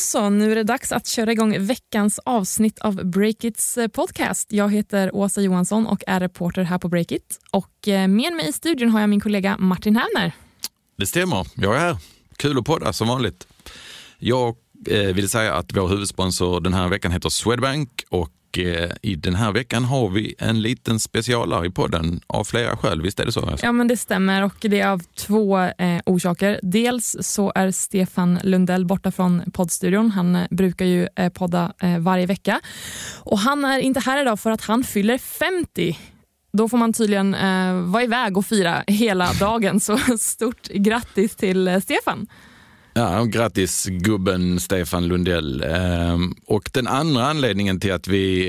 så, nu är det dags att köra igång veckans avsnitt av Breakits podcast. Jag heter Åsa Johansson och är reporter här på Breakit. Och med mig i studion har jag min kollega Martin Hävner. Det stämmer, jag är här. Kul att podda som vanligt. Jag vill säga att vår huvudsponsor den här veckan heter Swedbank och i den här veckan har vi en liten specialare i podden av flera skäl, visst är det så? Ja, men det stämmer och det är av två orsaker. Dels så är Stefan Lundell borta från poddstudion. Han brukar ju podda varje vecka. Och han är inte här idag för att han fyller 50. Då får man tydligen vara iväg och fira hela dagen. Så stort grattis till Stefan. Ja, grattis gubben Stefan Lundell. Och den andra anledningen till att vi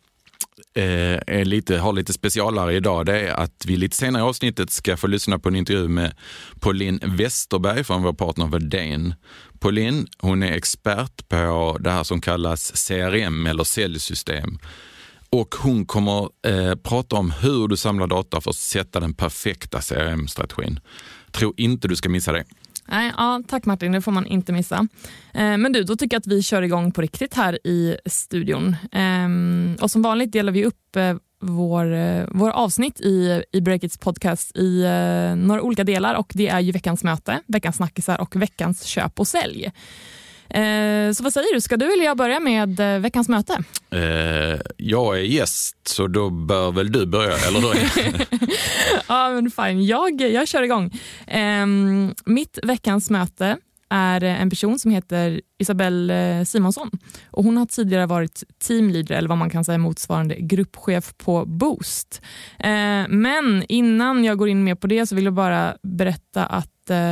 har lite specialare idag, det är att vi lite senare i avsnittet ska få lyssna på en intervju med Pauline Westerberg från vår partner Verdane. Pauline, hon är expert på det här som kallas CRM eller säljsystem. Och hon kommer prata om hur du samlar data för att sätta den perfekta CRM-strategin. Tror inte du ska missa det. Nej, ja, tack Martin, det får man inte missa. Men du, då tycker jag att vi kör igång på riktigt här i studion. Och som vanligt delar vi upp vår avsnitt i Breakits podcast i några olika delar. Och det är ju veckans möte, veckans snackisar och veckans köp och sälj. Så vad säger du? Ska du eller jag börja med veckans möte? Jag är gäst, så då bör väl du börja, eller då? Ja, men fine. Jag kör igång. Mitt veckans möte är en person som heter Isabelle Simonsson. Och hon har tidigare varit teamleader, eller vad man kan säga motsvarande gruppchef på Boost. Men innan jag går in mer på det så vill jag bara berätta att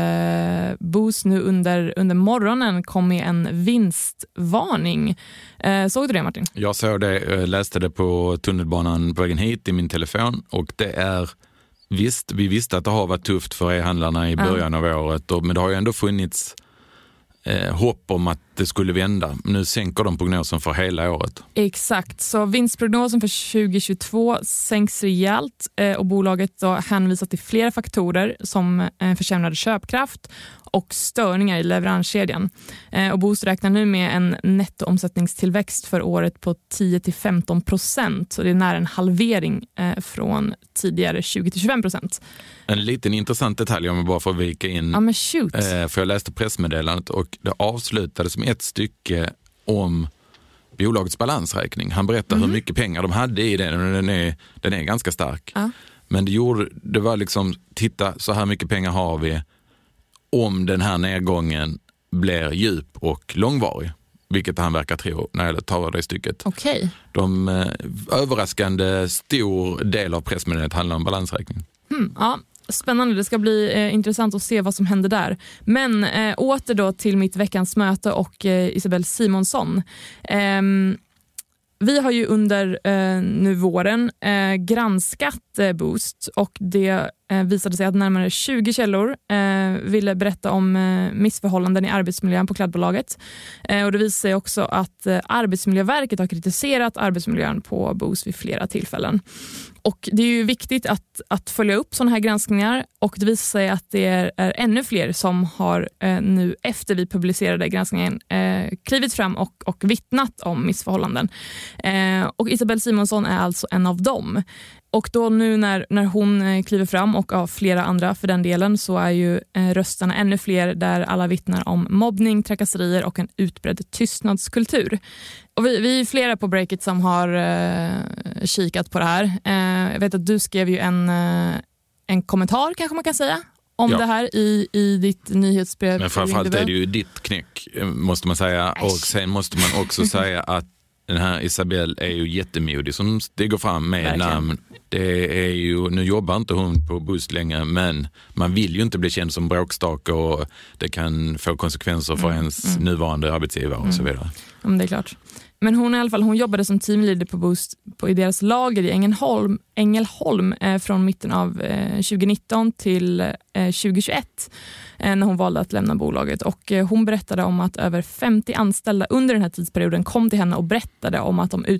Boost nu under morgonen kom med en vinstvarning. Såg du det, Martin? Jag såg det, jag läste det på tunnelbanan på vägen hit i min telefon och det är visst, vi visste att det har varit tufft för e-handlarna i början av året men det har ju ändå funnits hopp om att det skulle vända. Nu sänker de prognosen för hela året. Exakt, så vinstprognosen för 2022 sänks rejält och bolaget då hänvisar till flera faktorer som försämrade köpkraft och störningar i leveranskedjan. Och Boost räknar nu med en nettoomsättningstillväxt för året på 10-15%. Så det är nära en halvering från tidigare 20-25%. En liten intressant detalj om jag bara får vika in. Ja, men shoot. För jag läste pressmeddelandet och det avslutades med ett stycke om bolagets balansräkning. Han berättar hur mycket pengar de hade i den och den är ganska stark. Men det var liksom, titta så här mycket pengar har vi om den här nedgången blir djup och långvarig. Vilket han verkar tro när jag tar det stycket. Okej. De överraskande stor del av pressmeddelandet handlar om balansräkning. Ja, spännande. Det ska bli intressant att se vad som händer där. Men åter då till mitt veckans möte och Isabelle Simonsson. Vi har ju under nu våren granskat Boost och det visade sig att närmare 20 källor ville berätta om missförhållanden i arbetsmiljön på klädbolaget. Och det visar sig också att Arbetsmiljöverket har kritiserat arbetsmiljön på Boost vid flera tillfällen. Och det är ju viktigt att följa upp sådana här granskningar och det visar sig att det är ännu fler som har nu efter vi publicerade granskningen klivit fram och vittnat om missförhållanden. Och Isabelle Simonsson är alltså en av dem. Och då nu när hon kliver fram och av flera andra för den delen så är ju rösterna ännu fler där alla vittnar om mobbning, trakasserier och en utbredd tystnadskultur. Och vi är flera på Breakit som har kikat på det här. Jag vet att du skrev ju en kommentar kanske man kan säga om det här i ditt nyhetsbrev. Men framförallt är det ju ditt knäck måste man säga. Och sen måste man också säga att den här Isabelle är ju jättemodig som stiger fram med namn. Det är ju, nu jobbar inte hon på Boost längre men man vill ju inte bli känd som bråkstak och det kan få konsekvenser för ens nuvarande arbetsgivare och så vidare. Ja, men det är klart. Men hon i alla fall, hon jobbade som teamleader på Boost i deras lager i Ängelholm från mitten av 2019 till 2021 när hon valde att lämna bolaget. Och hon berättade om att över 50 anställda under den här tidsperioden kom till henne och berättade om att de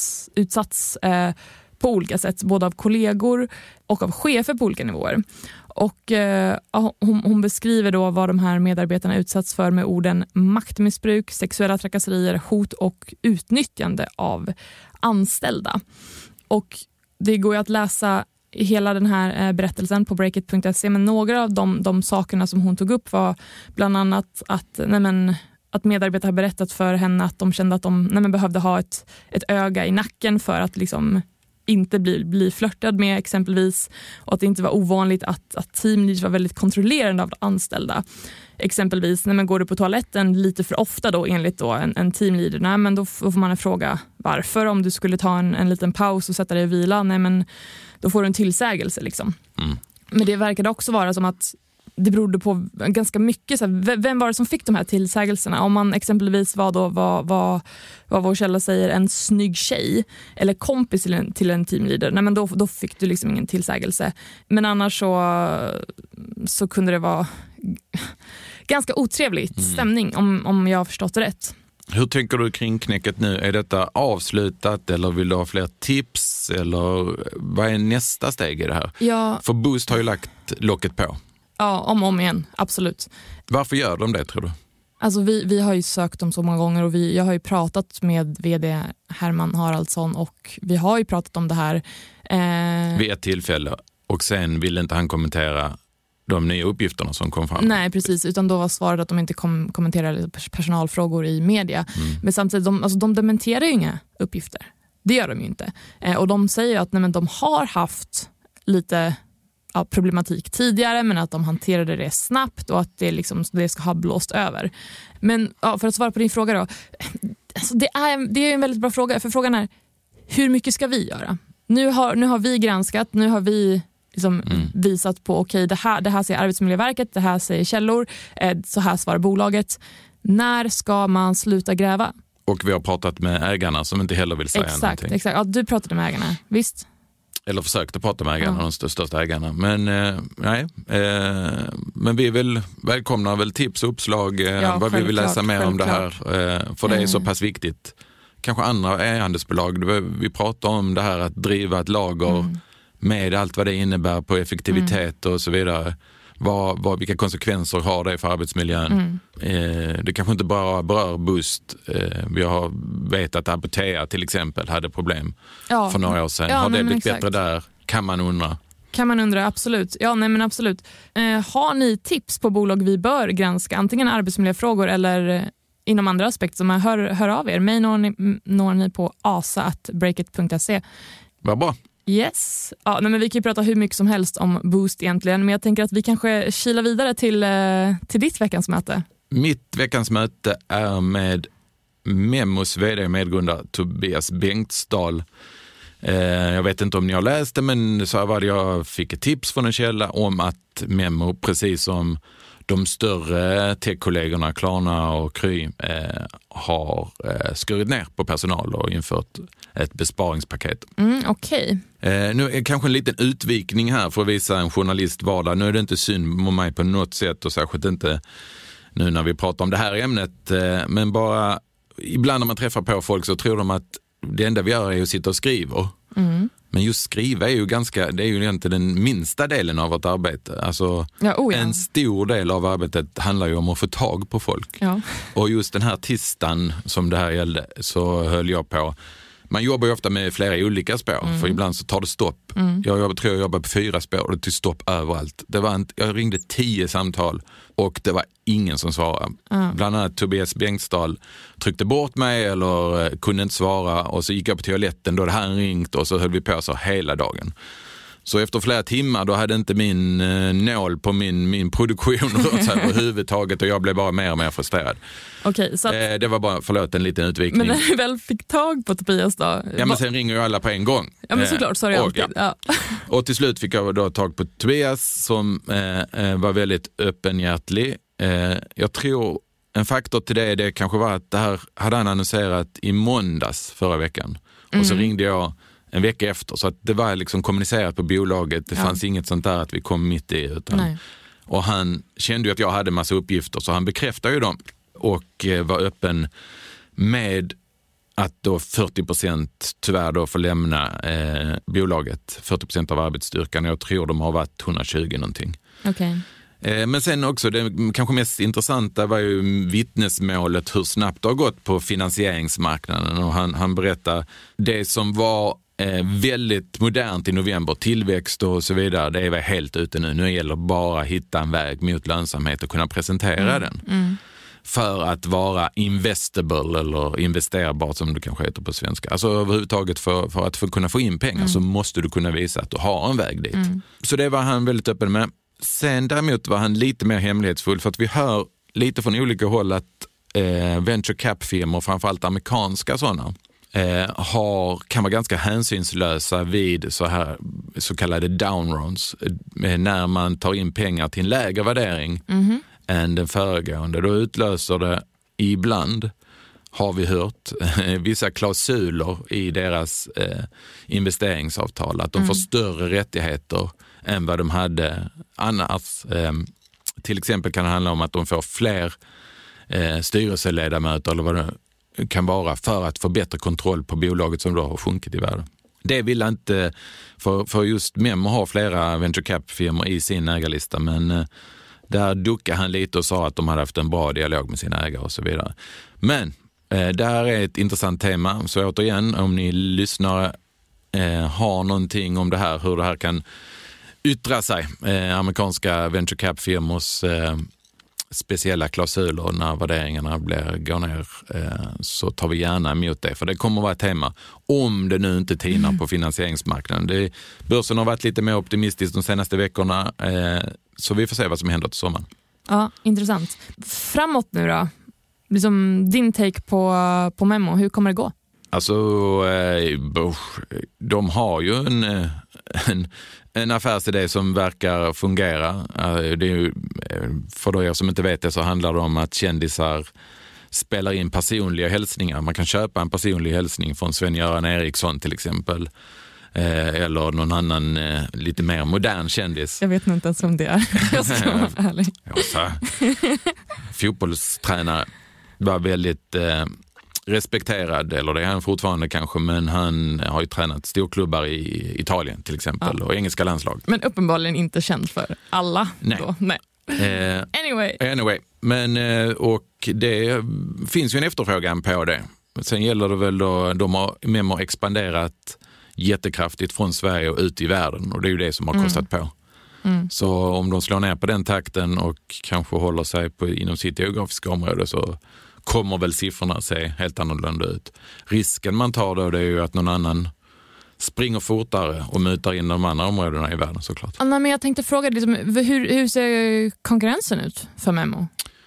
utsatts på olika sätt, både av kollegor och av chefer på olika nivåer. Och hon beskriver då vad de här medarbetarna utsatts för med orden maktmissbruk, sexuella trakasserier, hot och utnyttjande av anställda. Och det går ju att läsa hela den här berättelsen på breakit.se, men några av de sakerna som hon tog upp var bland annat att medarbetare har berättat för henne att de kände att de behövde ha ett öga i nacken för att liksom inte bli flörtad med exempelvis, och att det inte var ovanligt att teamleaders var väldigt kontrollerande av anställda. Exempelvis när man går på toaletten lite för ofta då enligt då en teamleader, men då får man fråga varför. Om du skulle ta en liten paus och sätta dig och vila, då får du en tillsägelse liksom. Men det verkade också vara som att det berodde på ganska mycket så här, vem var det som fick de här tillsägelserna. Om man exempelvis var vad vår källa säger en snygg tjej eller kompis till en teamleader, men då fick du liksom ingen tillsägelse. Men annars så kunde det vara ganska otrevligt stämning om jag har förstått det rätt. Hur tänker du kring knäcket nu? Är detta avslutat eller vill du ha fler tips? Eller vad är nästa steg i det här? Ja. För Boost har ju lagt locket på. Ja, om igen, absolut. Varför gör de det, tror du? Alltså vi har ju sökt dem så många gånger och jag har ju pratat med vd Herman Haraldsson och vi har ju pratat om det här. Vid ett tillfälle, och sen ville inte han kommentera de nya uppgifterna som kom fram. Nej, precis. Utan då var svaret att de inte kommenterar personalfrågor i media. Men samtidigt, de dementerar ju inga uppgifter. Det gör de ju inte. Och de säger ju att de har haft lite problematik tidigare, men att de hanterade det snabbt och att det ska ha blåst över. Men för att svara på din fråga då. Alltså det är en väldigt bra fråga. För frågan är, hur mycket ska vi göra? Nu har vi granskat, nu har vi visat på okej, det här säger Arbetsmiljöverket, det här säger källor, så här svarar bolaget. När ska man sluta gräva? Och vi har pratat med ägarna som inte heller vill säga någonting. Exakt. Ja, du pratade med ägarna, visst? Eller försökte prata med ägarna, de största ägarna. Men men vi välkomnar väl tips och uppslag vad vi vill läsa mer om det här. För det är så pass viktigt. Kanske andra e-handelsbolag. Vi pratar om det här att driva ett lager med allt vad det innebär på effektivitet och så vidare. Vilka konsekvenser har det för arbetsmiljön? Det kanske inte bara berör Boost. Vi har vet att Apotea till exempel hade problem för några år sedan. Har det blivit bättre där? Kan man undra, absolut. Ja, nej men absolut. Har ni tips på bolag vi bör granska? Antingen arbetsmiljöfrågor eller inom andra aspekter, som hör av er. Mig når ni på asa@breakit.se. Vad bra. Yes. Ja, men vi kan ju prata hur mycket som helst om Boost egentligen, men jag tänker att vi kanske kilar vidare till ditt veckans möte. Mitt veckans möte är med Memos vd och medgrundare Tobias Bengtsdahl. Jag vet inte om ni har läst det, men så var det jag fick ett tips från en källa om att Memo, precis som de större tech-kollegorna Klarna och Kry, har skurit ner på personal och infört ett besparingspaket. Okej. Nu är kanske en liten utvikning här för att visa en journalist vardag. Nu är det inte synd på mig på något sätt, och särskilt inte nu när vi pratar om det här ämnet. Men bara ibland när man träffar på folk så tror de att det enda vi gör är att sitta och skriva. Men just skriva är ju det är ju egentligen den minsta delen av vårt arbete. Alltså en stor del av arbetet handlar ju om att få tag på folk. Ja. Och just den här tisdagen som det här gällde så höll jag på. Man jobbar ju ofta med flera olika spår, för ibland så tar det stopp. Jag tror jag jobbar på 4 spår och det tog stopp överallt. Jag ringde 10 samtal och det var ingen som svarade. Bland annat Tobias Bengtsdahl tryckte bort mig eller kunde inte svara, och så gick jag på toaletten då det här ringt, och så höll vi på så hela dagen. Så efter flera timmar då hade inte min nål på min produktion rört sig överhuvudtaget, och jag blev bara mer och mer frustrerad. Okej, så det var bara, en liten utvikning. Men när du väl fick tag på Tobias då? Ja, men sen ringer ju alla på en gång. Ja, men såklart, så är det alltid. Ja. Och till slut fick jag då tag på Tobias som var väldigt öppenhjärtlig. Jag tror en faktor till det kanske var att det här hade han annonserat i måndags förra veckan. Och så ringde jag en vecka efter, så att det var liksom kommunicerat på bolaget. Det fanns inget sånt där att vi kom mitt i, utan. Och han kände ju att jag hade massa uppgifter, så han bekräftade ju dem och var öppen med att då 40% tyvärr då får lämna bolaget, 40% av arbetsstyrkan. Jag tror de har varit 120 någonting. Okay. Men sen också, det kanske mest intressanta var ju vittnesmålet hur snabbt det har gått på finansieringsmarknaden. Och han berättar det som var väldigt modernt i november, tillväxt och så vidare, det är helt ute nu. Nu gäller bara att hitta en väg mot lönsamhet och kunna presentera den. För att vara investable eller investerbar som det kanske heter på svenska. Alltså överhuvudtaget för att kunna få in pengar så måste du kunna visa att du har en väg dit. Så det var han väldigt öppen med. Sen däremot var han lite mer hemlighetsfull för att vi hör lite från olika håll att venture cap-firmor, framförallt amerikanska sådana, kan vara ganska hänsynslösa vid så kallade downrounds. När man tar in pengar till en lägre värdering än den föregående. Då utlöser det ibland, har vi hört, vissa klausuler i deras investeringsavtal. Att de får större rättigheter än vad de hade annars. Till exempel kan det handla om att de får fler styrelseledamöter eller vad det kan vara för att få bättre kontroll på bolaget som då har sjunkit i värde. Det vill inte, för just Memo har flera venture cap-firmor i sin ägarlista, men där duckade han lite och sa att de hade haft en bra dialog med sina ägare och så vidare. Men det här är ett intressant tema, så återigen, om ni lyssnare har någonting om det här, hur det här kan yttra sig, amerikanska venture cap-firmors speciella klausuler när värderingarna går ner, så tar vi gärna emot det, för det kommer att vara ett tema om det nu inte tinar på finansieringsmarknaden. Börsen har varit lite mer optimistisk de senaste veckorna, så vi får se vad som händer till sommaren. Ja, intressant. Framåt nu då? Liksom din take på Memo, hur kommer det gå? Alltså, de har ju en affärsidé som verkar fungera. Det är ju, för er som inte vet det, så handlar det om att kändisar spelar in personliga hälsningar. Man kan köpa en personlig hälsning från Sven-Göran Eriksson till exempel. Eller någon annan lite mer modern kändis. Jag vet inte ens om det är. Jag ska vara ärlig. Fotbollstränare var väldigt respekterad, eller det är han fortfarande kanske, men han har ju tränat storklubbar i Italien till exempel och engelska landslag. Men uppenbarligen inte känd för alla. Nej. Då. Nej. Anyway. Men, och det finns ju en efterfrågan på det. Sen gäller det väl då, de har expanderat jättekraftigt från Sverige och ut i världen, och det är ju det som har kostat på. Så om de slår ner på den takten och kanske håller sig inom sitt geografiska område, så kommer väl siffrorna se helt annorlunda ut. Risken man tar då, det är ju att någon annan springer fortare och mutar in de andra områdena i världen, såklart. Anna, men jag tänkte fråga liksom, hur ser konkurrensen ut för Memo?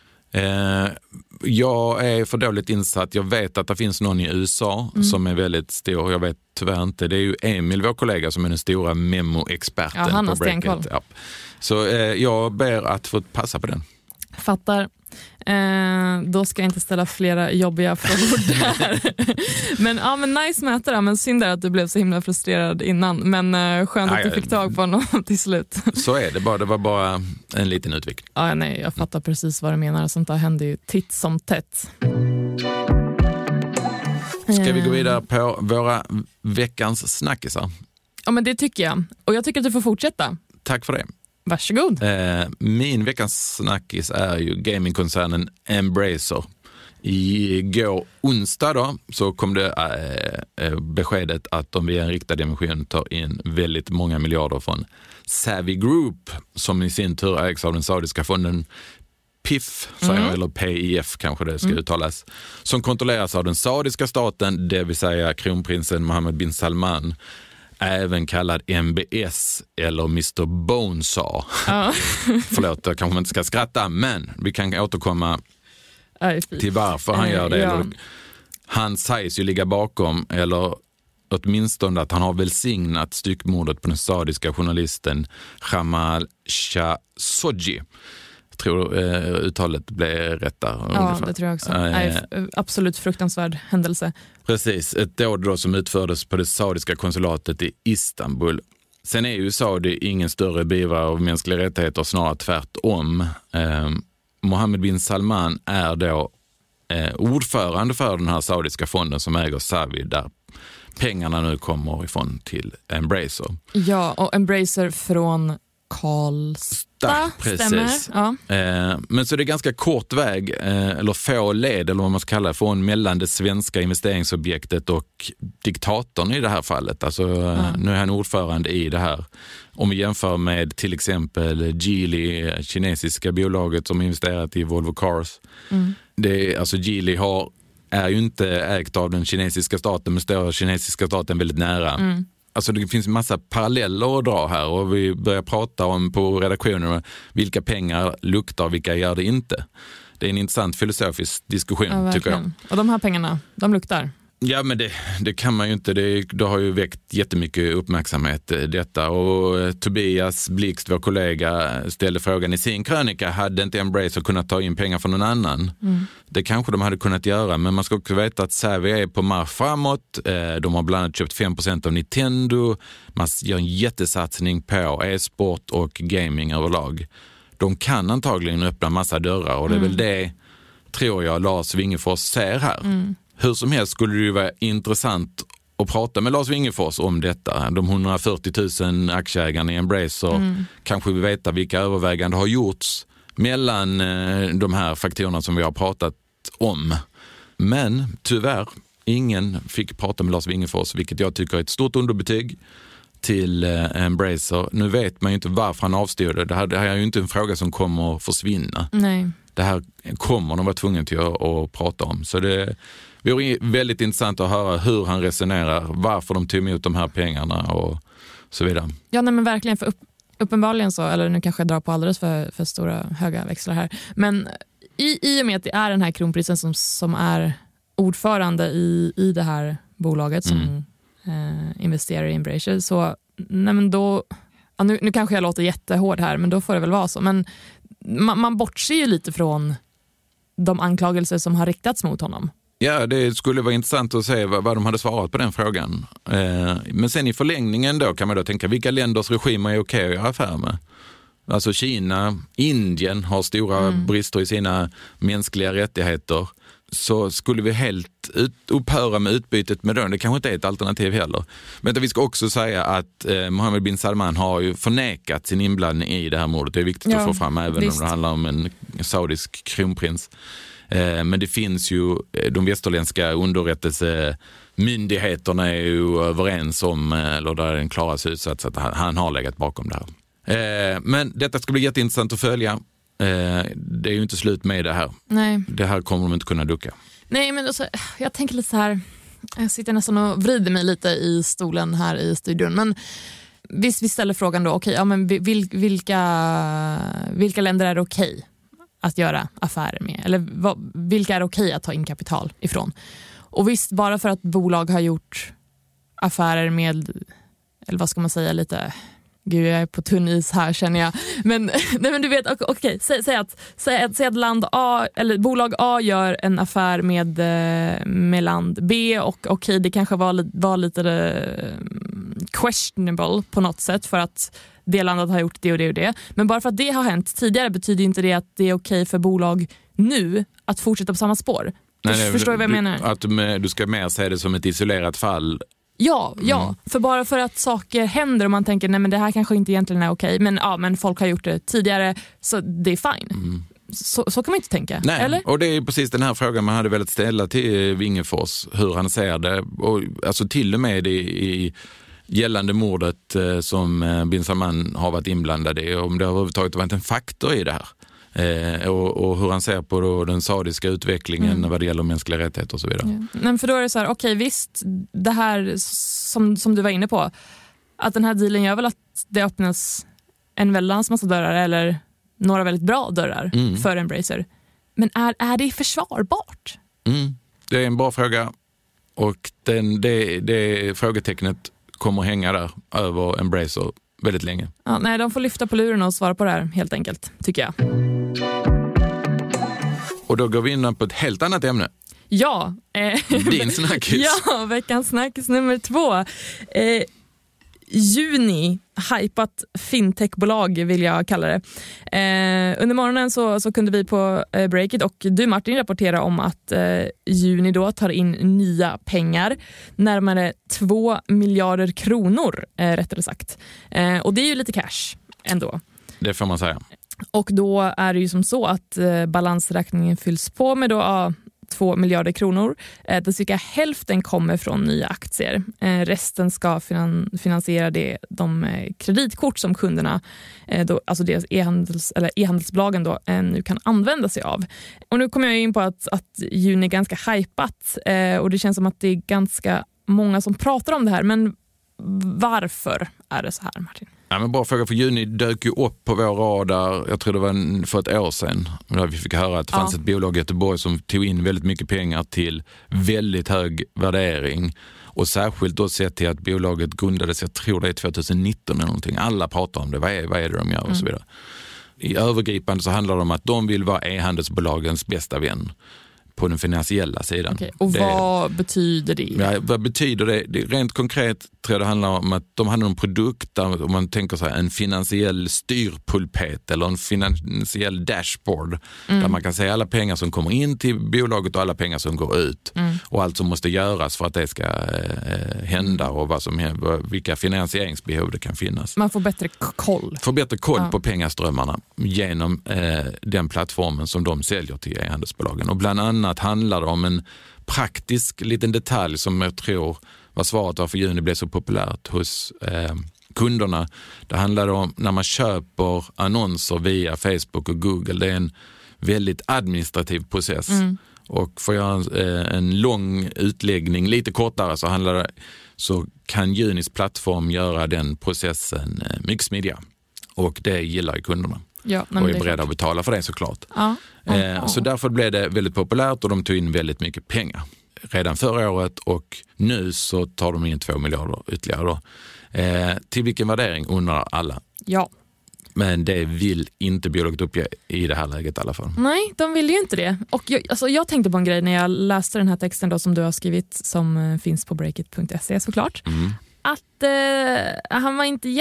Jag är för dåligt insatt. Jag vet att det finns någon i USA som är väldigt stor. Jag vet tyvärr inte. Det är ju Emil, vår kollega, som är den stora Memo-experten. Ja, han har på Breakit. Ja. Så jag ber att få passa på den. Fattar. Då ska jag inte ställa flera jobbiga frågor där. men nice möte där. Men synd är att du blev så himla frustrerad innan. Men skönt att du fick tag på honom till slut. Så är det bara. Det var bara en liten utveckling. Ja, nej, jag fattar precis vad du menar. Sånt där händer ju titt som tätt. Ska vi gå vidare på våra veckans snackisar? Ja, men det tycker jag. Och jag tycker att du får fortsätta. Tack för det. Varsågod. Min veckans snackis är ju gamingkoncernen Embracer. Igår onsdag då, så kom det beskedet att de via en riktad emission tar in väldigt många miljarder från Savvy Group, som i sin tur ägs av den saudiska fonden PIF, eller PIF kanske det ska uttalas, som kontrolleras av den saudiska staten, det vill säga kronprinsen Mohammed bin Salman, även kallad MBS eller Mr. Bonesaw. Förlåt, jag kanske inte ska skratta, men vi kan återkomma till varför han gör det. Ja. Han sägs ju ligga bakom, eller åtminstone att han har välsignat styckmordet på den saudiska journalisten Jamal Khashoggi. Jag tror uttalet blev rätt där. Ja, ungefär. Det tror jag också. Absolut fruktansvärd händelse. Precis, ett dåd då som utfördes på det saudiska konsulatet i Istanbul. Sen är ju Saudi ingen större beivrare av mänskliga rättigheter, snarare tvärtom. Mohammed bin Salman är då ordförande för den här saudiska fonden som äger Savi, där pengarna nu kommer ifrån till Embracer. Ja, och Embracer från Karlstad, stämmer. Ja. Men så är det ganska kort väg, eller få led, eller vad man ska kalla det, från mellan det svenska investeringsobjektet och diktatorn i det här fallet. Alltså, nu är han ordförande i det här. Om vi jämför med till exempel Geely, kinesiska bolaget som investerat i Volvo Cars. Alltså Geely är ju inte ägt av den kinesiska staten, men står kinesiska staten väldigt nära. Alltså det finns en massa paralleller att dra här, och vi börjar prata om på redaktionen vilka pengar luktar och vilka gör det inte. Det är en intressant filosofisk diskussion, tycker jag. Och de här pengarna, de luktar? Ja, men det kan man ju inte. Det har ju väckt jättemycket uppmärksamhet detta, och Tobias Blixt, vår kollega, ställde frågan i sin krönika: hade inte Embracer kunnat ta in pengar från någon annan? Det kanske de hade kunnat göra, men man ska också veta att Savi är på marsch framåt. De har bland annat köpt 5% av Nintendo. Man gör en jättesatsning på e-sport och gaming överlag. De kan antagligen öppna massa dörrar, och det är väl det, tror jag, Lars Wingefors ser här. Hur som helst skulle det ju vara intressant att prata med Lars Wingefors om detta. De 140 000 aktieägarna i Embracer, kanske vi veta vilka överväganden har gjorts mellan de här faktorerna som vi har pratat om. Men tyvärr, ingen fick prata med Lars Wingefors, vilket jag tycker är ett stort underbetyg till Embracer. Nu vet man ju inte varför han avstod. Det här är ju inte en fråga som kommer att försvinna. Nej. Det här kommer de vara tvungna till att prata om. Så det vore väldigt intressant att höra hur han resonerar, varför de tog emot de här pengarna och så vidare. Ja, nej, men verkligen, för uppenbarligen så, eller nu kanske jag drar på alldeles för stora höga växlar här, men i och med att det är den här kronprinsen som är ordförande i det här bolaget som investerar i Embracer, så nej, men då, ja, nu kanske jag låter jättehård här, men då får det väl vara så. Men man bortser ju lite från de anklagelser som har riktats mot honom. Ja, det skulle vara intressant att se vad de hade svarat på den frågan. Men sen i förlängningen då kan man då tänka, vilka länders regimer är okej att göra affär med? Alltså Kina, Indien har stora brister i sina mänskliga rättigheter. Så skulle vi helt upphöra med utbytet med dem. Det kanske inte är ett alternativ heller. Men vi ska också säga att Mohammed bin Salman har ju förnekat sin inblandning i det här mordet. Det är viktigt att få fram, även om det handlar om en saudisk kronprins. Men det finns ju, de västerländska underrättelsemyndigheterna är ju överens om, eller där är en klara slutsats att han har legat bakom det här. Men detta ska bli jätteintressant att följa. Det är ju inte slut med det här. Nej. Det här kommer de inte kunna ducka. Nej, men alltså, jag tänker lite så här, jag sitter nästan och vrider mig lite i stolen här i studion, men visst, vi ställer frågan då, okej, ja, men vilka länder är det okej att göra affärer med? Eller vilka är det okej att ta in kapital ifrån? Och visst, bara för att bolag har gjort affärer med, eller vad ska man säga, lite... Gud, jag är på tunn is här, känner jag. Men du vet, okej, säg att land A, eller bolag A gör en affär med land B, och okej, det kanske var lite questionable på något sätt för att det landet har gjort det och det och det. Men bara för att det har hänt tidigare betyder inte det att det är okej för bolag nu att fortsätta på samma spår. Nej, förstår du vad jag menar? Att du ska mer se det som ett isolerat fall. Ja, för bara för att saker händer och man tänker, nej men det här kanske inte egentligen är okej, men folk har gjort det tidigare, så det är fine. Så kan man inte tänka. Nej, eller? Och det är precis den här frågan man hade velat ställa till Wingefors, hur han ser det. Och, alltså till och med i gällande mordet som bin Salman har varit inblandad i, om det överhuvudtaget varit en faktor i det här. Och hur han ser på då den saudiska utvecklingen vad det gäller mänskliga rättigheter och så vidare. Ja. Men för då är det så här, okej, visst, det här som du var inne på, att den här dealen gör väl att det öppnas en väldigt massa dörrar, eller några väldigt bra dörrar för Embracer. Men är det försvarbart? Det är en bra fråga, och det frågetecknet kommer hänga där över Embracer väldigt länge. Ja, nej, de får lyfta på luren och svara på det här helt enkelt, tycker jag. Och då går vi in på ett helt annat ämne. Ja. Din snackis. Ja, veckans snackis nummer 2. Juni, hypat fintechbolag vill jag kalla det. Under morgonen så kunde vi på Breakit och du Martin rapportera om att Juni då tar in nya pengar, närmare 2 miljarder kronor rättare sagt. Och det är ju lite cash ändå. Det får man säga. Och då är det ju som så att balansräkningen fylls på med då 2 miljarder kronor. Där cirka hälften kommer från nya aktier. Resten ska finansiera de kreditkort som kunderna, alltså deras e-handelsbolagen då, nu kan använda sig av. Och nu kommer jag in på att Juni är ganska hypat och det känns som att det är ganska många som pratar om det här. Men varför är det så här, Martin? Ja, men bra fråga, för Juni dök ju upp på vår radar, jag tror det var för ett år sedan, där vi fick höra att det fanns ett bolag i Göteborg som tog in väldigt mycket pengar till väldigt hög värdering, och särskilt då sett till att bolaget grundades, jag tror det är 2019 eller någonting. Alla pratar om det, vad är det de gör och så vidare. I övergripande så handlar det om att de vill vara e-handelsbolagens bästa vän på den finansiella sidan. Okay. Och vad betyder det? Ja, vad betyder det? Rent konkret tror jag det handlar om att de hade en produkt där, om man tänker sig en finansiell styrpulpet eller en finansiell dashboard där man kan se alla pengar som kommer in till bolaget och alla pengar som går ut och allt som måste göras för att det ska hända och vilka finansieringsbehov det kan finnas. Man får bättre koll. På pengaströmmarna genom den plattformen som de säljer till e-handelsbolagen. Och bland annat handlar det om en praktisk liten detalj som jag tror var svaret varför Juni blev så populärt hos kunderna. Det handlar om när man köper annonser via Facebook och Google. Det är en väldigt administrativ process. Och för att göra en lång utläggning lite kortare så kan Junis plattform göra den processen mycket smidigare. Och det gillar ju kunderna. Ja, och är beredda att betala för det såklart. Så därför blev det väldigt populärt och de tog in väldigt mycket pengar redan förra året, och nu så tar de in 2 miljarder ytterligare då. Till vilken värdering undrar alla. Ja. Men det vill inte bolaget uppge i det här läget i alla fall. Nej, de vill ju inte det. Och jag tänkte på en grej när jag läste den här texten då, som du har skrivit, som finns på breakit.se såklart. Att han var inte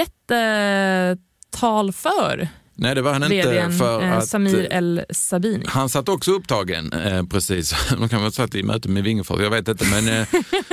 jättetalför. Nej, det var han inte, för att Samir El Sabini. Han satt också upptagen, precis. De kan vara satt i möte med Wingefors, jag vet inte, men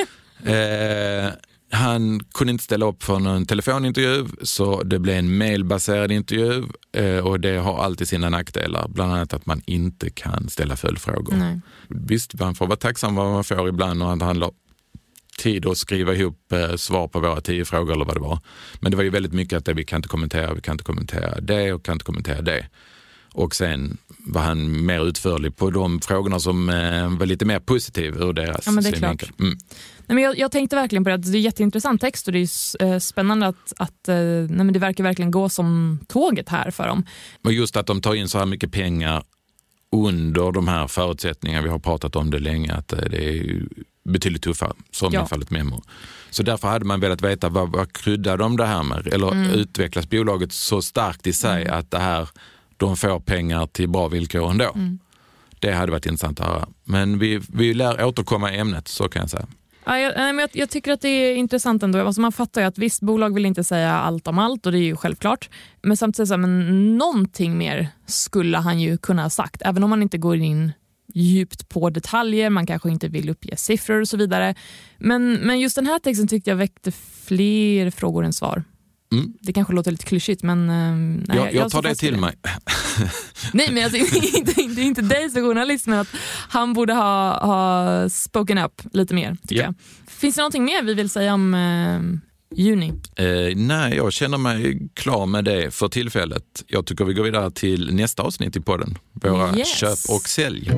han kunde inte ställa upp för någon telefonintervju, så det blev en mailbaserad intervju, och det har alltid sina nackdelar, bland annat att man inte kan ställa följdfrågor. Nej. Visst, man får vara tacksam vad man får ibland, och att det handlar tid att skriva ihop svar på våra 10 frågor eller vad det var. Men det var ju väldigt mycket att vi kan inte kommentera det och kan inte kommentera det. Och sen var han mer utförlig på de frågorna som var lite mer positiv ur deras synvinkel. Nej, men jag tänkte verkligen på det. Det är jätteintressant text och det är spännande att det verkar verkligen gå som tåget här för dem. Och just att de tar in så här mycket pengar under de här förutsättningarna, vi har pratat om det länge, att det är betydligt tuffare, som i fallet Memo. Så därför hade man velat veta vad kryddar de det här med? Eller utvecklas bolaget så starkt i sig att det här, de får pengar till bra villkor ändå? Det hade varit intressant att höra. Men vi lär återkomma i ämnet, så kan jag säga. Ja, jag tycker att det är intressant ändå. Alltså man fattar ju att visst, bolag vill inte säga allt om allt, och det är ju självklart. Men samtidigt så här, men någonting mer skulle han ju kunna ha sagt, även om man inte går in djupt på detaljer, man kanske inte vill uppge siffror och så vidare. Men just den här texten tyckte jag väckte fler frågor än svar. Det kanske låter lite klyschigt, men nej, jag tar det till mig. Nej, men alltså, det är inte dig som journalist, men att han borde ha spoken up lite mer, tycker jag. Finns det någonting mer vi vill säga om Juni? Nej, jag känner mig klar med det för tillfället. Jag tycker vi går vidare till nästa avsnitt i podden. Våra köp och sälj.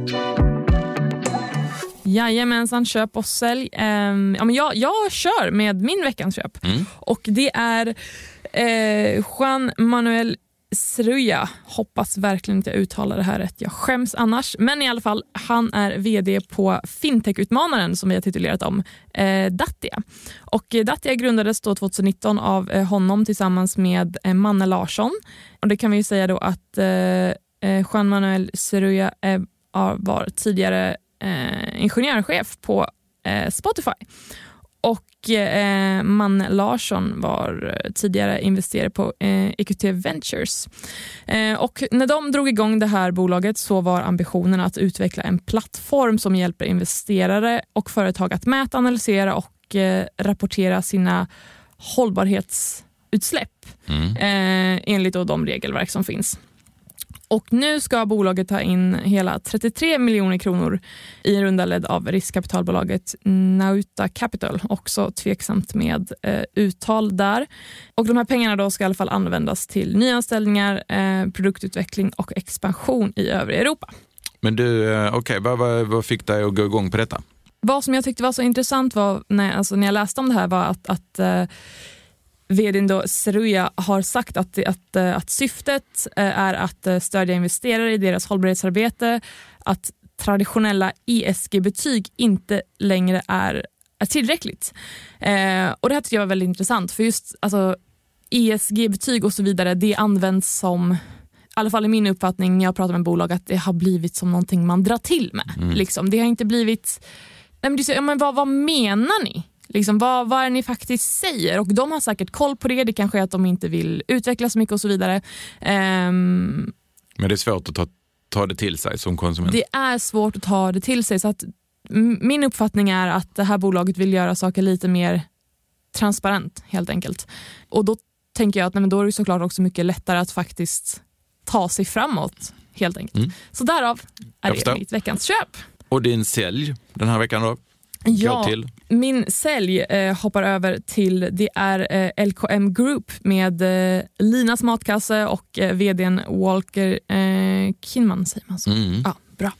Jajamensan, köp och sälj. Jag kör med min veckans köp. Och det är Juan Manuel Cerrulla. Hoppas verkligen inte jag uttalar det här rätt. Jag skäms annars. Men i alla fall, han är vd på Fintech-utmanaren som vi har titulerat om, Datia. Och Datia grundades då 2019 av honom tillsammans med Manne Larsson. Och det kan vi ju säga då att Juan Manuel Cerrulla var tidigare ingenjörchef på Spotify. Och Manne Larsson var tidigare investerare på EQT Ventures. Och när de drog igång det här bolaget så var ambitionen att utveckla en plattform som hjälper investerare och företag att mäta, analysera och rapportera sina hållbarhetsutsläpp enligt då de regelverk som finns. Och nu ska bolaget ta in hela 33 miljoner kronor i en runda ledd av riskkapitalbolaget Nauta Capital. Också tveksamt med uttal där. Och de här pengarna då ska i alla fall användas till nyanställningar, produktutveckling och expansion i övriga Europa. Men du, vad fick dig att gå igång på detta? Vad som jag tyckte var så intressant var när jag läste om det här var att vd:n då Seruya har sagt att syftet är att stödja investerare i deras hållbarhetsarbete, att traditionella ESG-betyg inte längre är tillräckligt. Och det här tycker jag var väldigt intressant, för just ESG-betyg och så vidare, det används som, i alla fall i min uppfattning när jag pratar med bolag, att det har blivit som någonting man drar till med. Liksom. Det har inte blivit... Men vad menar ni? Liksom, vad är det ni faktiskt säger? Och de har säkert koll på det. Det kanske är att de inte vill utveckla så mycket och så vidare. Men det är svårt att ta det till sig som konsument. Det är svårt att ta det till sig. Så att min uppfattning är att det här bolaget vill göra saker lite mer transparent, helt enkelt. Och då tänker jag att då är det såklart också mycket lättare att faktiskt ta sig framåt, helt enkelt. Så därav är det mitt veckans köp. Och din sälj den här veckan då? Ja, min sälj hoppar över till, det är LKM Group med Linas matkasse och vdn Walker Kinman, säger man så? Ja, bra.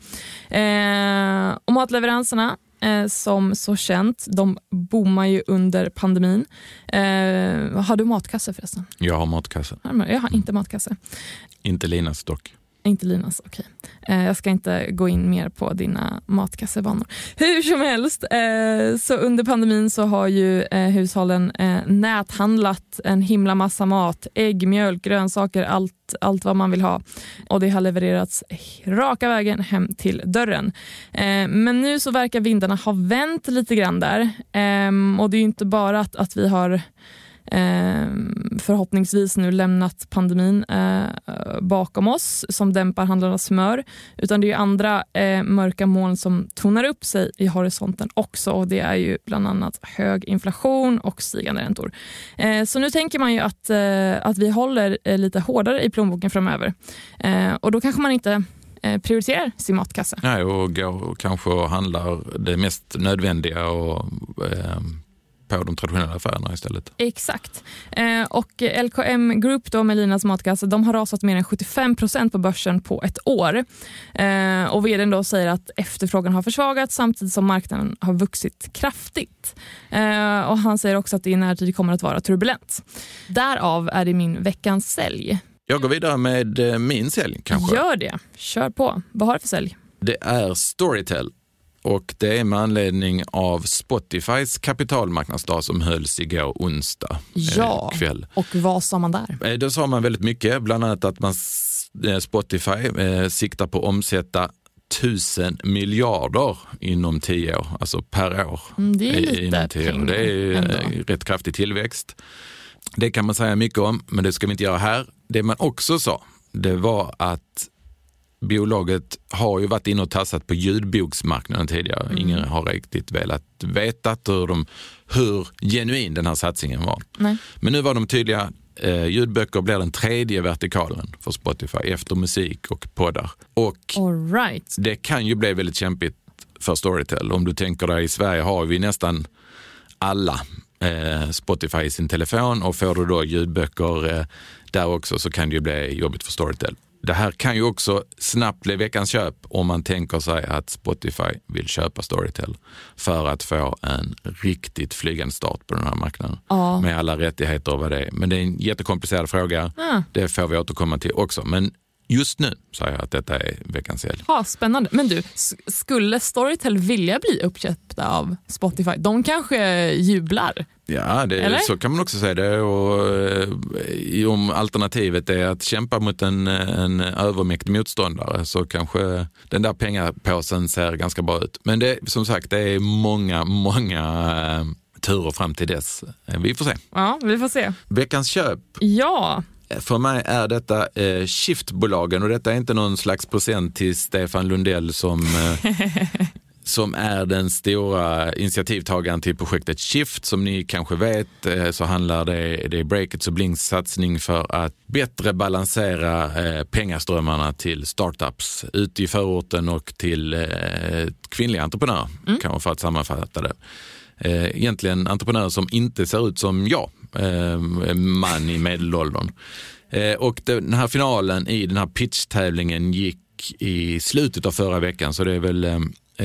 Och matleveranserna, som så känt, de boomar ju under pandemin. Har du matkasse förresten? Jag har matkasse. Jag har inte matkasse. Inte Linas dock. Inte Linas, okej. Jag ska inte gå in mer på dina matkassevanor. Hur som helst, så under pandemin så har ju hushållen näthandlat en himla massa mat. Ägg, mjölk, grönsaker, allt vad man vill ha. Och det har levererats raka vägen hem till dörren. Men nu så verkar vindarna ha vänt lite grann där. Och det är ju inte bara att vi har... förhoppningsvis nu lämnat pandemin bakom oss som dämpar handlarnas smör, utan det är ju andra mörka moln som tonar upp sig i horisonten också, och det är ju bland annat hög inflation och stigande räntor. Så nu tänker man ju att vi håller lite hårdare i plånboken framöver, och då kanske man inte prioriterar sin matkasse. Nej, och går kanske och handlar det mest nödvändiga och på de traditionella affärerna istället. Exakt. Och LKM Group då med Linas matkasse, de har rasat mer än 75% på börsen på ett år. Och vdn då säger att efterfrågan har försvagats samtidigt som marknaden har vuxit kraftigt. Och han säger också att det i närtid kommer att vara turbulent. Därav är det min veckans sälj. Jag går vidare med min sälj kanske. Gör det. Kör på. Vad har du för sälj? Det är Storytel. Och det är med anledning av Spotifys kapitalmarknadsdag som hölls igår onsdag kväll. Och vad sa man där? Då sa man väldigt mycket, bland annat att Spotify siktar på att omsätta 1000 miljarder inom 10 år, alltså per år. Det är lite pengar. Det är rätt kraftig tillväxt. Det kan man säga mycket om, men det ska vi inte göra här. Det man också sa, det var att bolaget har ju varit inne och tassat på ljudboksmarknaden tidigare. Ingen har riktigt velat veta hur genuin den här satsningen var. Nej. Men nu var de tydliga. Ljudböcker blir den tredje vertikalen för Spotify efter musik och poddar. Och det kan ju bli väldigt kämpigt för Storytel. Om du tänker dig, i Sverige har vi nästan alla Spotify i sin telefon, och får du då ljudböcker där också, så kan det ju bli jobbigt för Storytel. Det här kan ju också snabbt bli veckans köp om man tänker sig att Spotify vill köpa Storytel för att få en riktigt flygande start på den här marknaden. Med alla rättigheter och vad det är. Men det är en jättekomplicerad fråga. Det får vi återkomma till också. Men just nu säger jag att detta är veckans sälj. Spännande. Men du, skulle Storytel vilja bli uppköpta av Spotify? De kanske jublar. Ja, så kan man också säga det. Och om alternativet är att kämpa mot en övermäktig motståndare, så kanske den där pengapåsen ser ganska bra ut. Men det, som sagt, det är många turer fram till dess. Vi får se. Ja, vi får se. Veckans köp. Ja. För mig är detta Shift-bolagen, och detta är inte någon slags present till Stefan Lundell som är den stora initiativtagaren till projektet Shift. Som ni kanske vet så handlar det är Breakits och Blinks satsning för att bättre balansera pengaströmmarna till startups ute i förorten och till kvinnliga entreprenörer, kan man för att sammanfatta det. Egentligen entreprenörer som inte ser ut som jag, man i medelåldern. Och den här finalen i den här pitch-tävlingen gick i slutet av förra veckan, så det är väl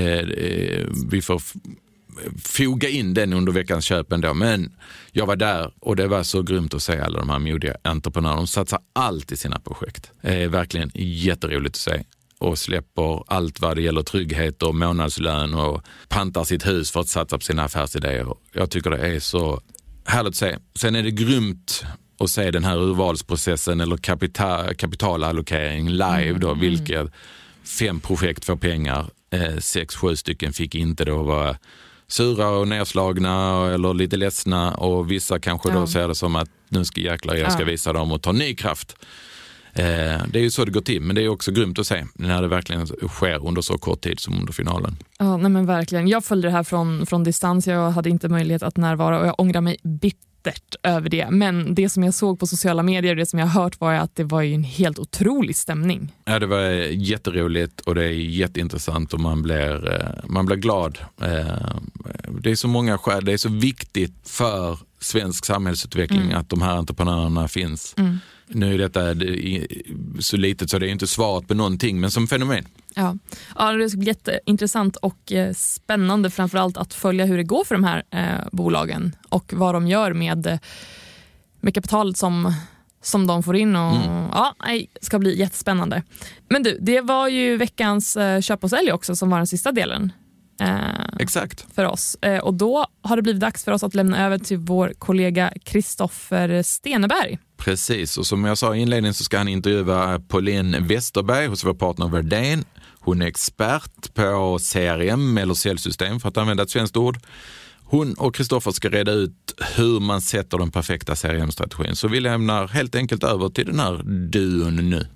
vi får foga in den under veckans köp ändå. Men jag var där och det var så grymt att se alla de här modiga entreprenörerna. De satsar allt i sina projekt. Det är verkligen jätteroligt att se. Och släpper allt vad det gäller trygghet och månadslön och pantar sitt hus för att satsa på sina affärsidéer. Jag tycker det är så härligt att se. Sen är det grymt att se den här urvalsprocessen eller kapitalallokering live då, vilka 5 projekt får pengar, 6-7 stycken fick inte då vara sura och nedslagna eller lite ledsna, och vissa kanske då ser det som att nu ska jag ska visa dem och ta ny kraft. Det är ju så det går till, men det är också grymt att se när det verkligen sker under så kort tid som under finalen. Ja, nej men verkligen. Jag följde det här från distans. Jag hade inte möjlighet att närvara och jag ångrar mig bittert över det. Men det som jag såg på sociala medier, det som jag hört, var att det var ju en helt otrolig stämning. Ja, det var jätteroligt och det är jätteintressant och man blir glad. Det är så många skäl. Det är så viktigt för svensk samhällsutveckling att de här entreprenörerna finns. Nu är detta så litet så det är inte svaret på någonting, men som fenomen. Ja, det ska bli jätteintressant och spännande framförallt att följa hur det går för de här bolagen och vad de gör med kapitalet som de får in. Och, ska bli jättespännande. Men du, det var ju veckans köp och sälj också som var den sista delen. Exakt. För oss. Och då har det blivit dags för oss att lämna över till vår kollega Kristoffer Steneberg. Precis, och som jag sa i inledningen så ska han intervjua Pauline Westerberg hos vår partner Verdane. Hon är expert på CRM eller säljsystem, för att använda ett svenskt ord. Hon och Kristoffer ska reda ut hur man sätter den perfekta CRM-strategin. Så vi lämnar helt enkelt över till den här duon nu.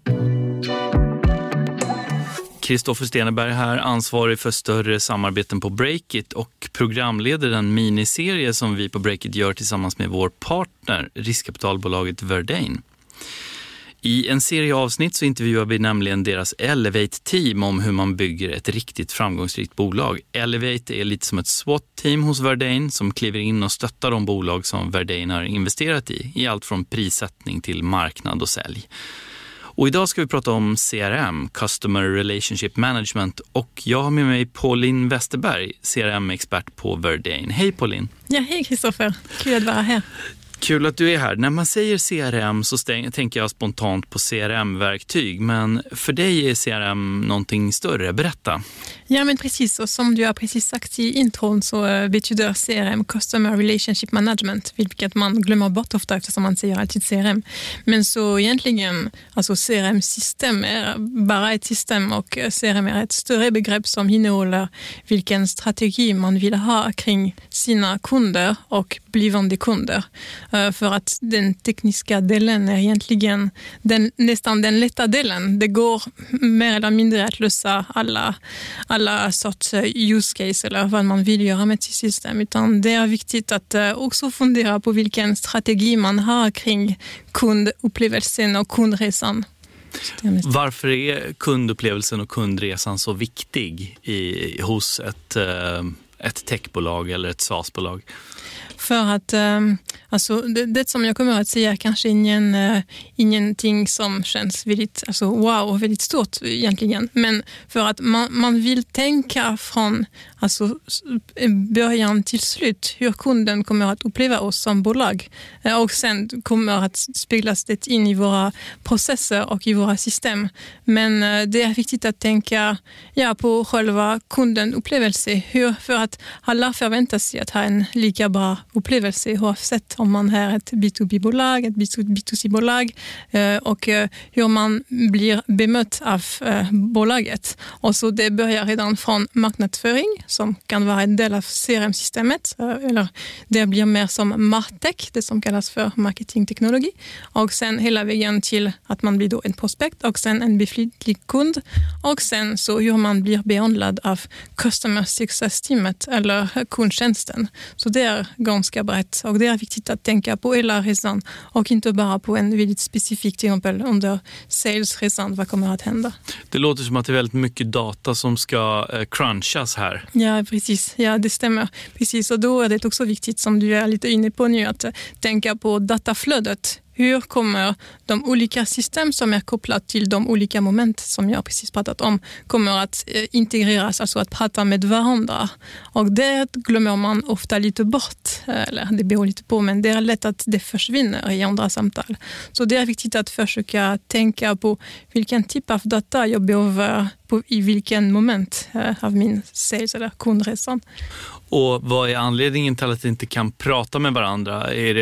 Kristoffer Steneberg här, ansvarig för större samarbeten på Breakit och programleder den miniserie som vi på Breakit gör tillsammans med vår partner, riskkapitalbolaget Verdane. I en serie avsnitt så intervjuar vi nämligen deras Elevate-team om hur man bygger ett riktigt framgångsrikt bolag. Elevate är lite som ett SWAT-team hos Verdane som kliver in och stöttar de bolag som Verdane har investerat i allt från prissättning till marknad och sälj. Och idag ska vi prata om CRM, Customer Relationship Management, och jag har med mig Pauline Westerberg, CRM-expert på Verdane. Hej Pauline! Ja, hej Kristoffer. Kul att vara här. Kul att du är här. När man säger CRM så tänker jag spontant på CRM-verktyg, men för dig är CRM någonting större. Berätta. Ja, men precis. Och som du har precis sagt i intron så betyder CRM Customer Relationship Management, vilket man glömmer bort ofta eftersom man säger alltid CRM. Men så egentligen, alltså CRM-system är bara ett system och CRM är ett större begrepp som innehåller vilken strategi man vill ha kring sina kunder och blivande kunder. För att den tekniska delen är egentligen nästan den lätta delen. Det går mer eller mindre att lösa alla sorts use case eller vad man vill göra med sitt system. Utan det är viktigt att också fundera på vilken strategi man har kring kundupplevelsen och kundresan. Varför är kundupplevelsen och kundresan så viktig hos ett techbolag eller ett SaaS-bolag? För att alltså, det som jag kommer att säga är kanske ingenting som känns väldigt, alltså, wow, väldigt stort egentligen. Men för att man vill tänka från alltså, början till slut hur kunden kommer att uppleva oss som bolag. Och sen kommer att speglas det in i våra processer och i våra system. Men det är viktigt att tänka på själva kundenupplevelse. För att alla förväntar sig att ha en lika bra upplevelse oavsett om man är ett B2B-bolag, ett B2C-bolag och hur man blir bemött av bolaget. Och så det börjar redan från marknadsföring som kan vara en del av CRM-systemet eller det blir mer som Martech, det som kallas för marketingteknologi och sen hela vägen till att man blir då en prospekt och sen en befintlig kund och sen så hur man blir behandlad av Customer Success-teamet eller kundtjänsten. Så det är ganska brett och det är viktigt att tänka på hela resan och inte bara på en väldigt specifik till exempel under salesresan, vad kommer att hända. Det låter som att det är väldigt mycket data som ska crunchas här. Ja, precis. Ja, det stämmer. Precis, och då är det också viktigt som du är lite inne på nu att tänka på dataflödet. Hur kommer de olika system som är kopplat till de olika moment som jag precis pratat om kommer att integreras, alltså att prata med varandra. Och det glömmer man ofta lite bort, eller det beror lite på, men det är lätt att det försvinner i andra samtal. Så det är viktigt att försöka tänka på vilken typ av data jag behöver i vilken moment av min sales- eller kundresan. Och vad är anledningen till att inte kan prata med varandra? Är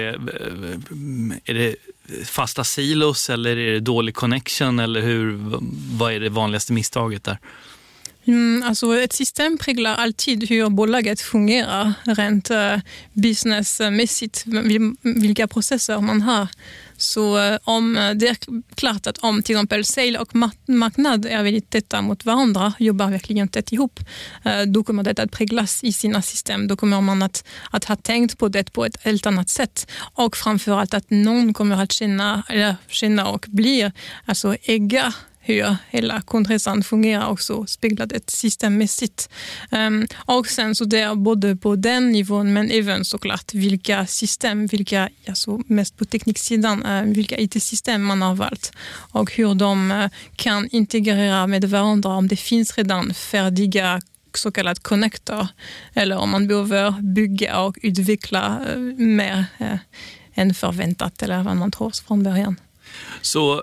det fasta silos eller är det dålig connection eller vad är det vanligaste misstaget där? Alltså ett system präglar alltid hur bolaget fungerar rent businessmässigt, vilka processer man har. Så om det är klart att om till exempel sale och marknad är väldigt tätta mot varandra, jobbar verkligen tätt ihop, då kommer det att präglas i sina system. Då kommer man att ha tänkt på det på ett helt annat sätt. Och framförallt att någon kommer att känna och blir alltså äga hur hela kundresan fungerar också speglat ett systemmässigt. Och sen så det är både på den nivån men även såklart vilka system, alltså mest på tekniksidan, vilka IT-system man har valt och hur de kan integrera med varandra om det finns redan färdiga så kallad connector eller om man behöver bygga och utveckla mer än förväntat eller vad man tror från början. Så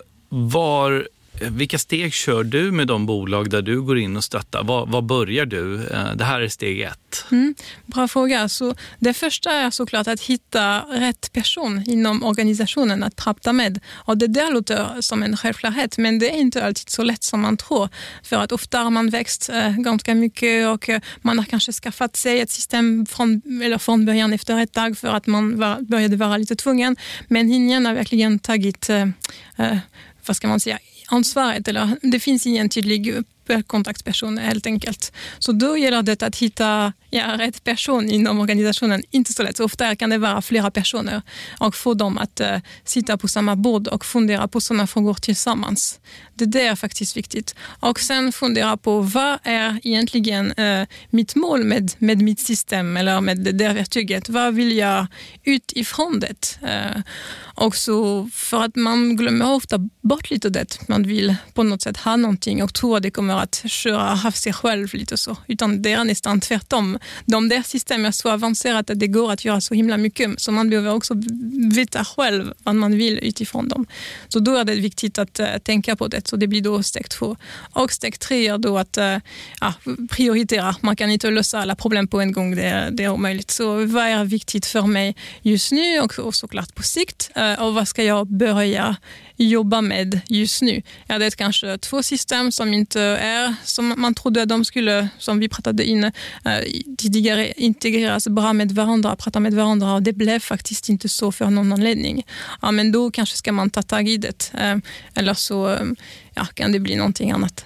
vilka steg kör du med de bolag där du går in och stöttar? Vad börjar du? Det här är steg 1. Bra fråga. Så det första är såklart att hitta rätt person inom organisationen att prata med. Och det där låter som en självklarhet, men det är inte alltid så lätt som man tror. För att ofta har man växt ganska mycket och man har kanske skaffat sig ett system från början efter ett tag för att man började vara lite tvungen. Men ingen har verkligen tagit, vad ska man säga, ansvaret eller det finns ingen tydlig kontaktperson helt enkelt. Så då gäller det att hitta rätt person inom organisationen. Inte så lätt. Så ofta kan det vara flera personer och få dem att sitta på samma bord och fundera på sådana frågor tillsammans. Det är faktiskt viktigt. Och sen fundera på vad är egentligen mitt mål med mitt system eller med det där verktyget. Vad vill jag utifrån det? Och så för att man glömmer ofta bort lite det. Man vill på något sätt ha någonting och tror att det kommer att köra av sig själv lite så. Utan det är nästan tvärtom. De där systemen är så avancerade att det går att göra så himla mycket. Så man behöver också veta själv vad man vill utifrån dem. Så då är det viktigt att tänka på det. Så det blir då steg 2. Och steg 3 är då att prioritera. Man kan inte lösa alla problem på en gång. Det är omöjligt. Så vad är viktigt för mig just nu och såklart på sikt? Och vad ska jag börja jobba med just nu? Är det kanske 2 system som inte är som man trodde de skulle, som vi pratade in tidigare, integreras bra med varandra, prata med varandra och det blev faktiskt inte så för någon anledning. Ja, men då kanske ska man ta tag i det. Eller så kan det bli någonting annat.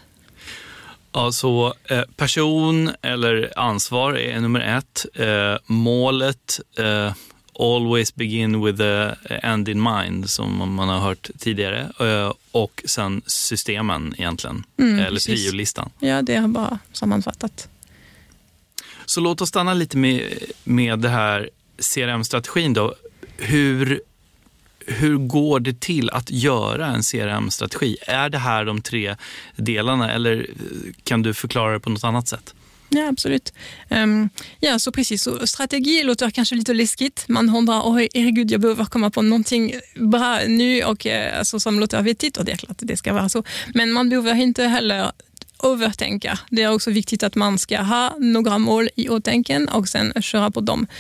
Alltså person eller ansvar är nummer 1. Målet always begin with the end in mind som man har hört tidigare och sen systemen egentligen eller priolistan. Ja, det är bara sammanfattat. Så låt oss stanna lite med det här CRM-strategin då. Hur går det till att göra en CRM-strategi? Är det här de 3 delarna eller kan du förklara det på något annat sätt? Ja, absolut. Så precis. Så strategi låter kanske lite läskigt. Man undrar, herregud, jag behöver komma på någonting bra nu och som låter vettigt. Och det är klart att det ska vara så. Men man behöver inte heller övertänka. Det är också viktigt att man ska ha några mål i åtanke och sen köra på dem.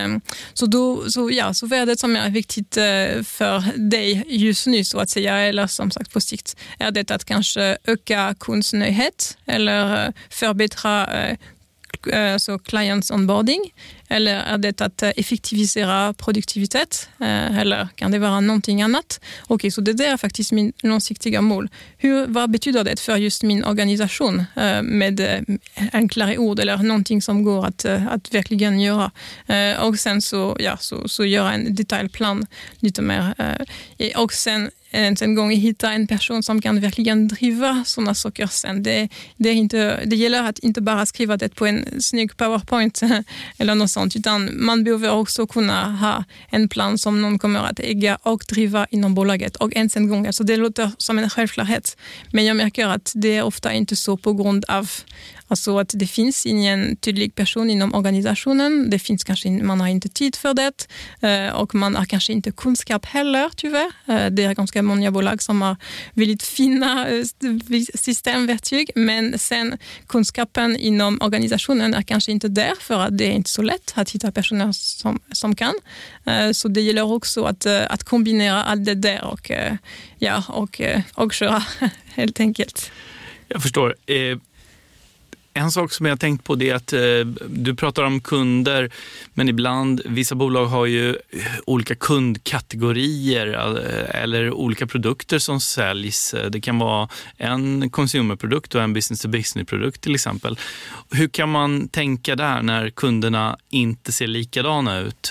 Så värdet som är viktigt för dig just nu så att säga, eller som sagt på sikt, är det att kanske öka kundsnöjdhet eller förbättra så clients onboarding, eller är det att effektivisera produktivitet, eller kan det vara någonting annat? Okej, så det är faktiskt min långsiktiga mål. Vad betyder det för just min organisation med enklare ord eller någonting som går att verkligen göra? Och sen så göra en detaljplan lite mer. Och sen en gång hitta en person som kan verkligen driva sådana saker sen. Det gäller att inte bara skriva det på en snygg PowerPoint eller något sånt, utan man behöver också kunna ha en plan som någon kommer att äga och driva inom bolaget. Och en gång, alltså det låter som en självklarhet, men jag märker att det är ofta inte så på grund av alltså att det finns ingen tydlig person inom organisationen. Det finns kanske, man har inte tid för det och man har kanske inte kunskap heller, tyvärr. Det är ganska många bolag som har väldigt fina systemverktyg, men sen kunskapen inom organisationen är kanske inte där, för att det är inte så lätt att hitta personer som kan. Så det gäller också att kombinera allt det där och köra helt enkelt. Jag förstår. En sak som jag tänkt på det är att du pratar om kunder, men ibland, vissa bolag har ju olika kundkategorier eller olika produkter som säljs. Det kan vara en consumerprodukt och en business-to-business-produkt till exempel. Hur kan man tänka där när kunderna inte ser likadana ut?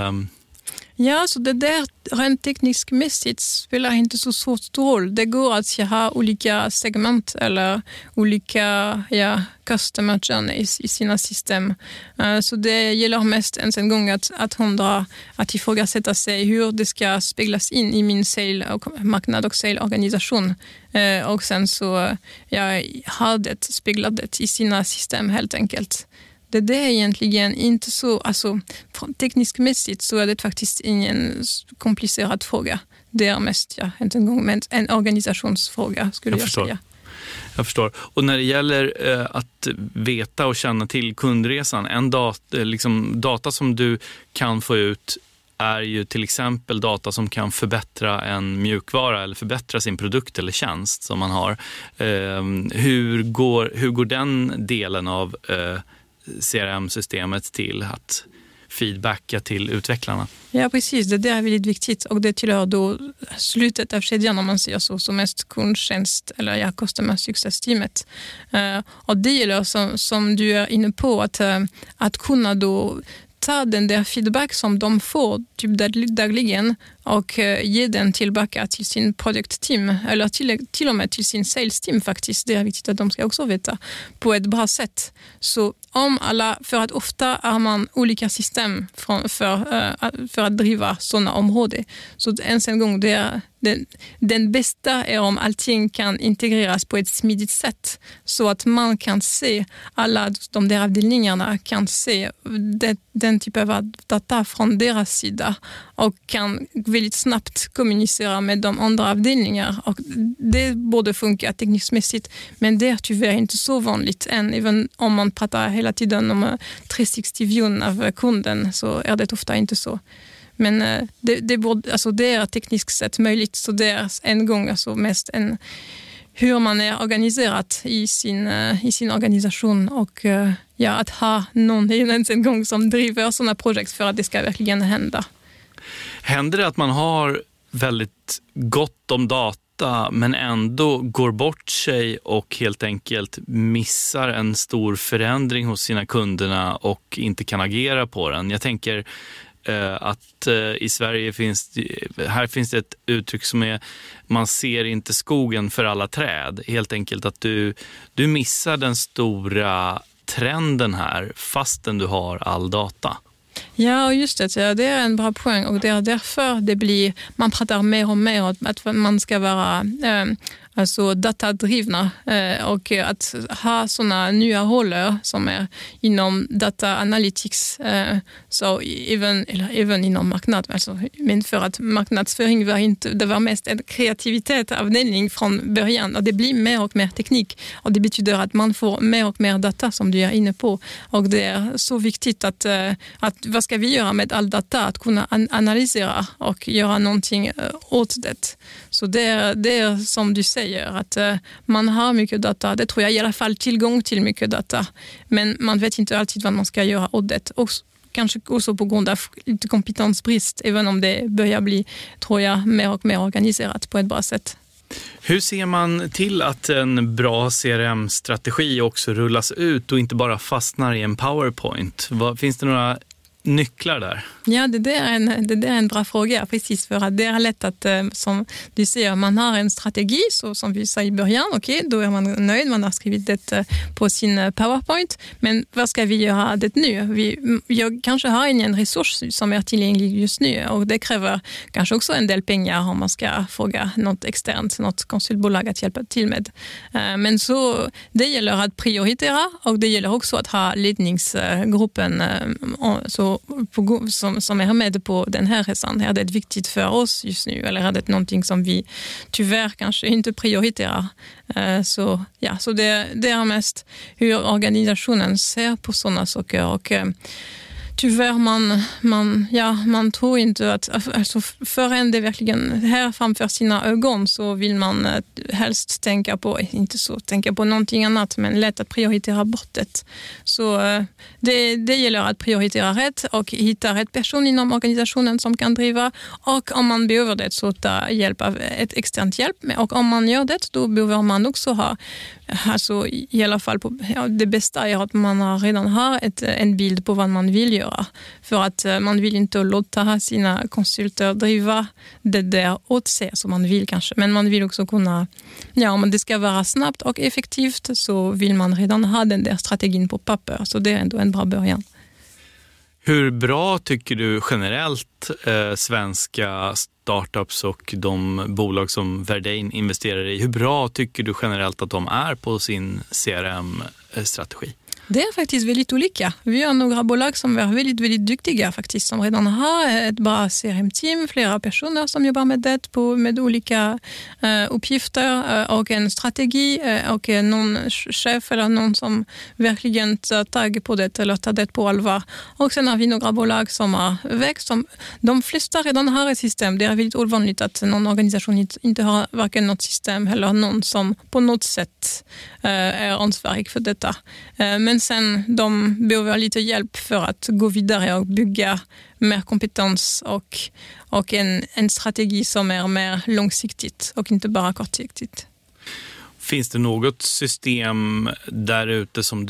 Ja, så det där rent tekniskt mässigt spelar inte så stor roll. Det går att ha olika segment eller olika customer journeys i sina system. Så det gäller mest en gång att ifrågasätta sig hur det ska speglas in i min marknad och sälorganisation. Och sen så har det speglat det i sina system helt enkelt. Det är egentligen inte så, alltså tekniskt mässigt så är det faktiskt ingen komplicerad fråga. Det är mest en gång en organisationsfråga, skulle jag säga. Jag förstår. Och när det gäller att veta och känna till kundresan, data som du kan få ut är ju till exempel data som kan förbättra en mjukvara eller förbättra sin produkt eller tjänst som man har. Hur går den delen av CRM-systemet till att feedbacka till utvecklarna? Ja, precis. Det är väldigt viktigt och det tillhör då slutet av kedjan, om man säger så, som mest kundtjänst eller customer success-teamet. Och det gäller som du är inne på att kunna då ta den där feedback som de får typ dagligen och ge den tillbaka till sin produktteam eller till och med till sin sales-team faktiskt. Det är viktigt att de ska också veta på ett bra sätt. Så för att ofta har man olika system för att driva sådana områden. Så en gång den bästa är om allting kan integreras på ett smidigt sätt så att man kan se alla de där avdelningarna kan se den typen av data från deras sida och kan väldigt snabbt kommunicera med de andra avdelningar. Och det borde funka tekniskt mässigt, men det är tyvärr inte så vanligt än. Även om man pratar hela tiden om 360-viewn av kunden så är det ofta inte så. Men det är tekniskt sett möjligt, så det är en gång mest hur man är organiserad i sin organisation och att ha någon en gång som driver sådana projekt för att det ska verkligen hända. Händer det att man har väldigt gott om data men ändå går bort sig och helt enkelt missar en stor förändring hos sina kunderna och inte kan agera på den? Jag tänker att i Sverige finns det ett uttryck som är man ser inte skogen för alla träd. Helt enkelt att du missar den stora trenden här fastän du har all data. Ja, just det. Det är en bra poäng och det är därför man pratar mer och mer om att man ska vara alltså datadrivna och att ha sådana nya roller som är inom data analytics så även inom marknad, alltså, men för att marknadsföring det var mest en kreativitetsavdelning från början och det blir mer och mer teknik och det betyder att man får mer och mer data som du är inne på och det är så viktigt att vad ska vi göra med all data, att kunna analysera och göra någonting åt det. Så det är som du säger att man har mycket data, det tror jag i alla fall tillgång till mycket data, men man vet inte alltid vad man ska göra åt det och kanske också på grund av lite kompetensbrist, även om det börjar bli, tror jag, mer och mer organiserat på ett bra sätt. Hur ser man till att en bra CRM-strategi också rullas ut och inte bara fastnar i en PowerPoint? Finns det några nycklar där? Ja, det är en bra fråga, precis, för att det är lätt att, som du säger, man har en strategi, så som vi sa i början, då är man nöjd, man har skrivit det på sin PowerPoint, men vad ska vi göra det nu? Jag kanske har ingen resurs som är tillgänglig just nu och det kräver kanske också en del pengar om man ska fråga något externt, något konsultbolag att hjälpa till med. Men så det gäller att prioritera och det gäller också att ha ledningsgruppen som är med på den här resan. Är det viktigt för oss just nu eller är det någonting som vi tyvärr kanske inte prioriterar? Så det är mest hur organisationen ser på sådana saker och tyvärr man tror inte att, alltså förrän det verkligen här framför sina ögon så vill man helst tänka på någonting annat, men lätt att prioritera bort det. Så det gäller att prioritera rätt och hitta rätt person inom organisationen som kan driva, och om man behöver det så ta hjälp av ett externt hjälp, och om man gör det då behöver man också ha, alltså i alla fall det bästa är att man redan har en bild på vad man vill göra, för att man vill inte låta sina konsulter driva det där åt sig som man vill kanske, men man vill också kunna, om det ska vara snabbt och effektivt så vill man redan ha den där strategin på papper, så det är ändå en bra början. Hur bra tycker du generellt svenska startups och de bolag som Verdane investerar i, hur bra tycker du generellt att de är på sin CRM-strategi? Det är faktiskt väldigt olika. Vi har några bolag som är väldigt, väldigt duktiga faktiskt, som redan har ett bra CRM-team, flera personer som jobbar med det med olika uppgifter och en strategi och någon chef eller någon som verkligen tar tag på det eller tar det på allvar. Och sen har vi några bolag som har växt, som de flesta redan har ett system. Det är väldigt ovanligt att någon organisation inte har varken något system eller någon som på något sätt är ansvarig för detta. Men sen de behöver lite hjälp för att gå vidare och bygga mer kompetens och en strategi som är mer långsiktigt och inte bara kortsiktigt. Finns det något system där ute som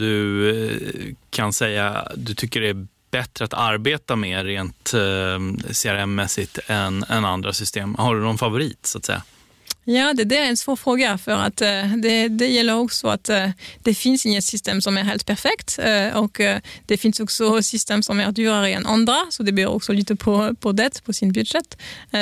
du kan säga du tycker är bättre att arbeta med rent CRM-mässigt än andra system? Har du någon favorit så att säga? Ja, det är en svår fråga, för att det gäller också att det finns inget system som är helt perfekt och det finns också system som är dyrare än andra, så det beror också lite på det, på sin budget.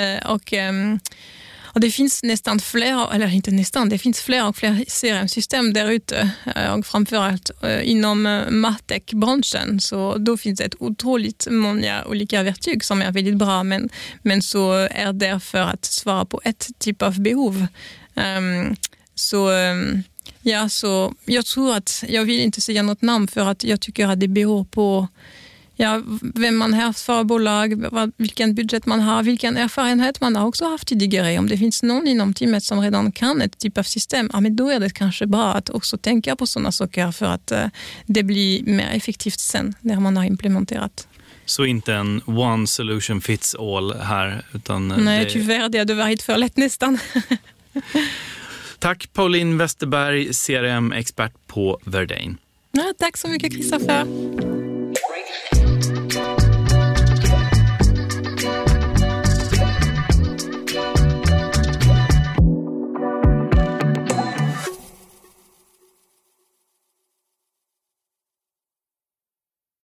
Och det finns nästan fler, eller inte nästan, det finns fler och fler CRM-system där ute, och framförallt inom Martech-branschen, så då finns det ett otroligt många olika verktyg som är väldigt bra, men så är det för att svara på ett typ av behov. Så jag tror att, jag vill inte säga något namn för att jag tycker att det beror på vem man har för bolag, vilken budget man har, vilken erfarenhet man har också haft tidigare. Om det finns någon inom teamet som redan kan ett typ av system, men då är det kanske bra att också tänka på sådana saker för att det blir mer effektivt sen när man har implementerat. Så inte en one solution fits all här? Utan nej, tyvärr, det hade varit för lätt nästan. Tack Pauline Westerberg, CRM-expert på Verdane. Ja, tack så mycket, Christopher.